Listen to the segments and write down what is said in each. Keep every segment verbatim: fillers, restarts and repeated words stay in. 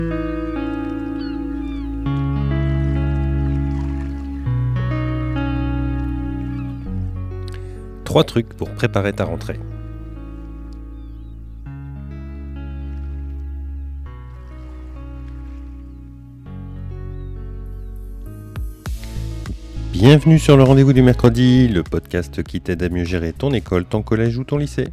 Trois trucs pour préparer ta rentrée. Bienvenue sur le rendez-vous du mercredi, le podcast qui t'aide à mieux gérer ton école, ton collège ou ton lycée.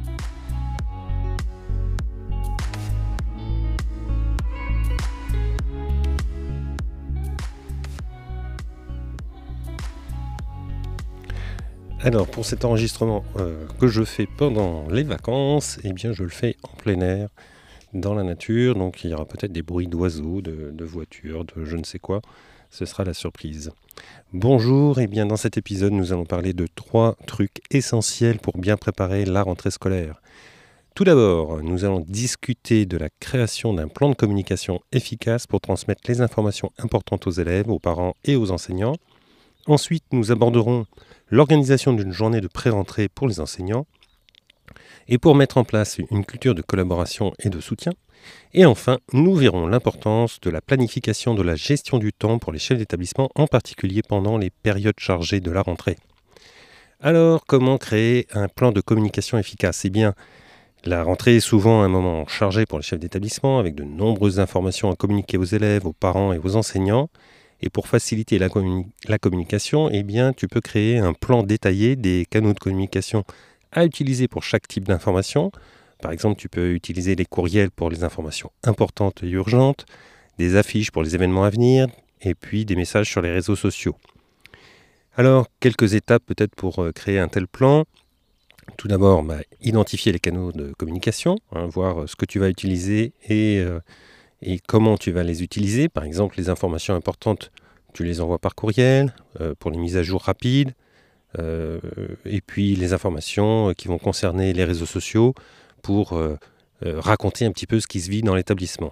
Alors pour cet enregistrement euh, que je fais pendant les vacances, eh bien je le fais en plein air, dans la nature, donc il y aura peut-être des bruits d'oiseaux, de, de voitures, de je ne sais quoi, ce sera la surprise. Bonjour, et bien dans cet épisode nous allons parler de trois trucs essentiels pour bien préparer la rentrée scolaire. Tout d'abord, nous allons discuter de la création d'un plan de communication efficace pour transmettre les informations importantes aux élèves, aux parents et aux enseignants. Ensuite, nous aborderons l'organisation d'une journée de pré-rentrée pour les enseignants et pour mettre en place une culture de collaboration et de soutien. Et enfin, nous verrons l'importance de la planification de la gestion du temps pour les chefs d'établissement, en particulier pendant les périodes chargées de la rentrée. Alors, comment créer un plan de communication efficace ? Eh bien, la rentrée est souvent un moment chargé pour les chefs d'établissement, avec de nombreuses informations à communiquer aux élèves, aux parents et aux enseignants. Et pour faciliter la, communi- la communication, eh bien, tu peux créer un plan détaillé des canaux de communication à utiliser pour chaque type d'information. Par exemple, tu peux utiliser les courriels pour les informations importantes et urgentes, des affiches pour les événements à venir, et puis des messages sur les réseaux sociaux. Alors, quelques étapes peut-être pour créer un tel plan. Tout d'abord, bah, identifier les canaux de communication, hein, voir ce que tu vas utiliser et... Euh, et comment tu vas les utiliser. Par exemple, les informations importantes, tu les envoies par courriel, euh, pour les mises à jour rapides, euh, et puis les informations qui vont concerner les réseaux sociaux pour euh, euh, raconter un petit peu ce qui se vit dans l'établissement.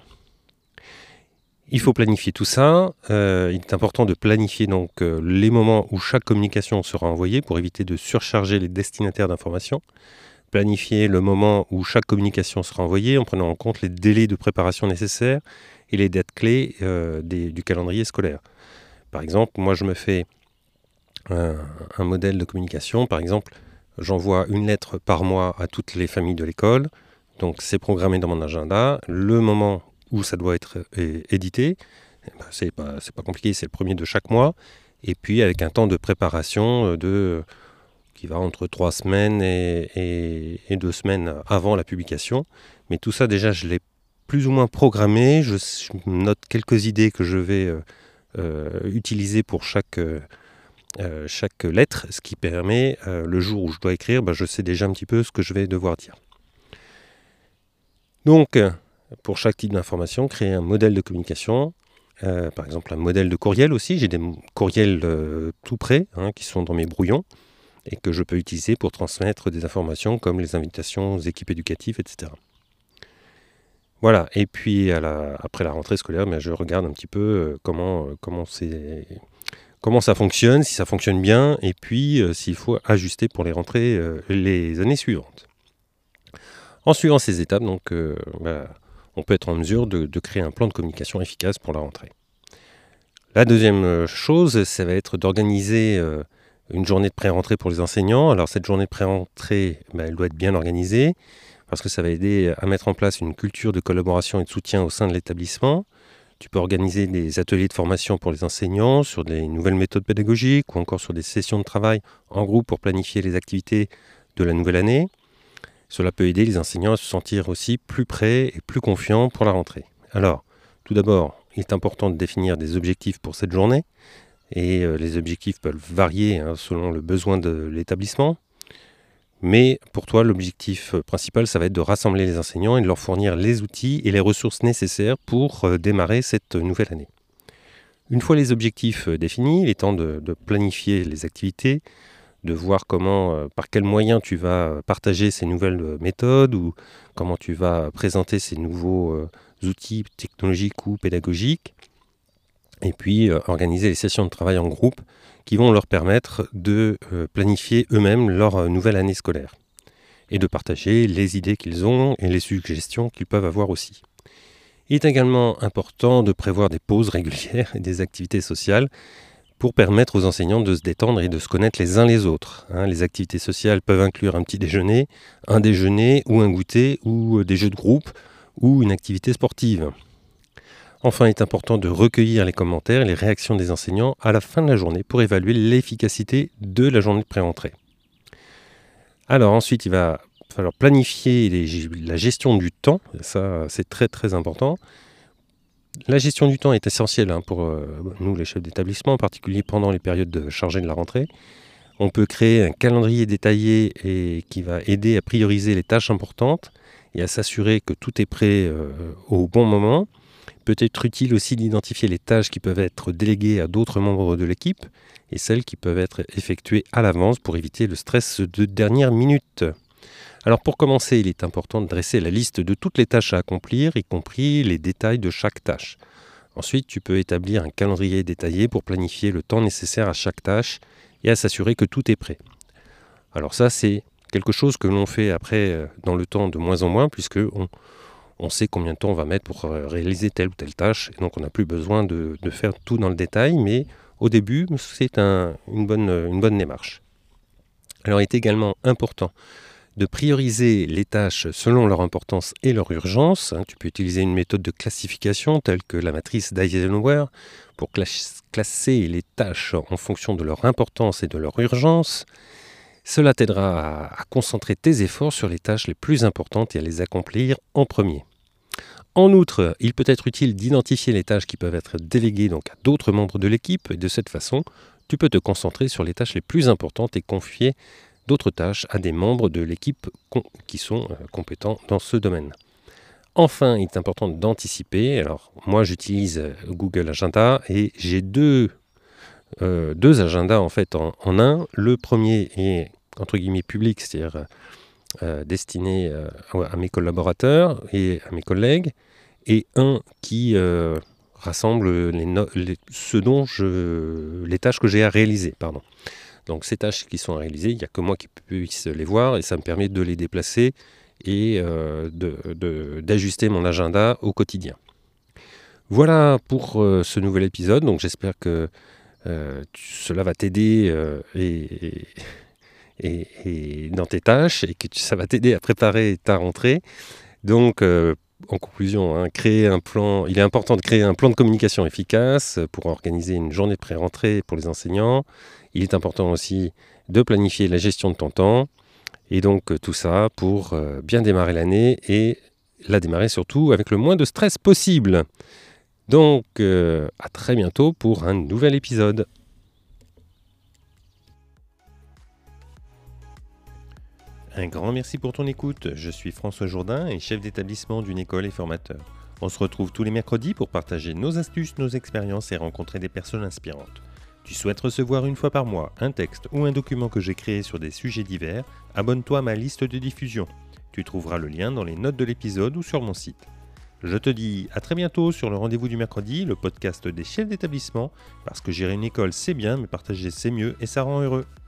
Il faut planifier tout ça. Euh, il est important de planifier donc euh, les moments où chaque communication sera envoyée pour éviter de surcharger les destinataires d'informations. Planifier le moment où chaque communication sera envoyée en prenant en compte les délais de préparation nécessaires et les dates clés euh, des, du calendrier scolaire. Par exemple, moi je me fais un, un modèle de communication. Par exemple, j'envoie une lettre par mois à toutes les familles de l'école. Donc c'est programmé dans mon agenda. Le moment où ça doit être é- édité, eh ben, c'est pas, c'est pas compliqué, c'est le premier de chaque mois. Et puis avec un temps de préparation de... qui va entre trois semaines et, et, et deux semaines avant la publication. Mais tout ça, déjà, je l'ai plus ou moins programmé. Je, je note quelques idées que je vais euh, euh, utiliser pour chaque, euh, chaque lettre, ce qui permet, euh, le jour où je dois écrire, bah, je sais déjà un petit peu ce que je vais devoir dire. Donc, pour chaque type d'information, créer un modèle de communication. Euh, par exemple, un modèle de courriel aussi. J'ai des courriels euh, tout prêts, hein, qui sont dans mes brouillons, et que je peux utiliser pour transmettre des informations comme les invitations aux équipes éducatives, et cetera. Voilà, et puis à la, après la rentrée scolaire, ben, je regarde un petit peu euh, comment, euh, comment, c'est, comment ça fonctionne, si ça fonctionne bien, et puis euh, s'il faut ajuster pour les rentrées euh, les années suivantes. En suivant ces étapes, donc, euh, ben, on peut être en mesure de, de créer un plan de communication efficace pour la rentrée. La deuxième chose, ça va être d'organiser... Euh, une journée de pré-rentrée pour les enseignants. Alors cette journée de pré-rentrée, ben, elle doit être bien organisée parce que ça va aider à mettre en place une culture de collaboration et de soutien au sein de l'établissement. Tu peux organiser des ateliers de formation pour les enseignants sur des nouvelles méthodes pédagogiques ou encore sur des sessions de travail en groupe pour planifier les activités de la nouvelle année. Cela peut aider les enseignants à se sentir aussi plus prêts et plus confiants pour la rentrée. Alors, tout d'abord, il est important de définir des objectifs pour cette journée. Et euh, les objectifs peuvent varier hein, selon le besoin de l'établissement. Mais pour toi, l'objectif principal, ça va être de rassembler les enseignants et de leur fournir les outils et les ressources nécessaires pour euh, démarrer cette nouvelle année. Une fois les objectifs euh, définis, il est temps de, de planifier les activités, de voir comment, euh, par quels moyens tu vas partager ces nouvelles euh, méthodes ou comment tu vas présenter ces nouveaux euh, outils technologiques ou pédagogiques. Et puis euh, organiser les sessions de travail en groupe qui vont leur permettre de euh, planifier eux-mêmes leur euh, nouvelle année scolaire et de partager les idées qu'ils ont et les suggestions qu'ils peuvent avoir aussi. Il est également important de prévoir des pauses régulières et des activités sociales pour permettre aux enseignants de se détendre et de se connaître les uns les autres. Hein, les activités sociales peuvent inclure un petit déjeuner, un déjeuner ou un goûter, ou des jeux de groupe, ou une activité sportive. Enfin, il est important de recueillir les commentaires et les réactions des enseignants à la fin de la journée pour évaluer l'efficacité de la journée de pré-rentrée. Alors ensuite, il va falloir planifier les, la gestion du temps, ça c'est très très important. La gestion du temps est essentielle hein, pour euh, nous les chefs d'établissement, en particulier pendant les périodes chargées de la rentrée. On peut créer un calendrier détaillé et qui va aider à prioriser les tâches importantes et à s'assurer que tout est prêt euh, au bon moment. Peut être utile aussi d'identifier les tâches qui peuvent être déléguées à d'autres membres de l'équipe et celles qui peuvent être effectuées à l'avance pour éviter le stress de dernière minute. Alors pour commencer, il est important de dresser la liste de toutes les tâches à accomplir, y compris les détails de chaque tâche. Ensuite, tu peux établir un calendrier détaillé pour planifier le temps nécessaire à chaque tâche et à s'assurer que tout est prêt. Alors ça, c'est quelque chose que l'on fait après dans le temps de moins en moins, puisque on, on sait combien de temps on va mettre pour réaliser telle ou telle tâche, et donc on n'a plus besoin de, de faire tout dans le détail, mais au début, c'est un, une, bonne, une bonne démarche. Alors il est également important de prioriser les tâches selon leur importance et leur urgence. Tu peux utiliser une méthode de classification telle que la matrice d'Eisenhower pour classer les tâches en fonction de leur importance et de leur urgence. Cela t'aidera à concentrer tes efforts sur les tâches les plus importantes et à les accomplir en premier. En outre, il peut être utile d'identifier les tâches qui peuvent être déléguées donc à d'autres membres de l'équipe et de cette façon, tu peux te concentrer sur les tâches les plus importantes et confier d'autres tâches à des membres de l'équipe qui sont compétents dans ce domaine. Enfin, il est important d'anticiper. Alors, moi, j'utilise Google Agenda et j'ai deux, euh, deux agendas en fait en, en un. Le premier est entre guillemets public, c'est-à-dire euh, destiné euh, à mes collaborateurs et à mes collègues, et un qui euh, rassemble les, no- les, ce dont je, les tâches que j'ai à réaliser, pardon. Donc ces tâches qui sont à réaliser, il n'y a que moi qui puisse les voir et ça me permet de les déplacer et euh, de, de, d'ajuster mon agenda au quotidien. Voilà pour euh, ce nouvel épisode, donc j'espère que euh, tu, cela va t'aider euh, et, et, et dans tes tâches et que tu, ça va t'aider à préparer ta rentrée. Donc euh, en conclusion, hein, créer un plan, il est important de créer un plan de communication efficace pour organiser une journée de pré-rentrée pour les enseignants. Il est important aussi de planifier la gestion de ton temps et donc tout ça pour euh, bien démarrer l'année et la démarrer surtout avec le moins de stress possible. Donc euh, à très bientôt pour un nouvel épisode. Un grand merci pour ton écoute. Je suis François Jourdain et chef d'établissement d'une école et formateur. On se retrouve tous les mercredis pour partager nos astuces, nos expériences et rencontrer des personnes inspirantes. Tu souhaites recevoir une fois par mois un texte ou un document que j'ai créé sur des sujets divers, abonne-toi à ma liste de diffusion. Tu trouveras le lien dans les notes de l'épisode ou sur mon site. Je te dis à très bientôt sur le rendez-vous du mercredi, le podcast des chefs d'établissement, parce que gérer une école c'est bien, mais partager c'est mieux et ça rend heureux.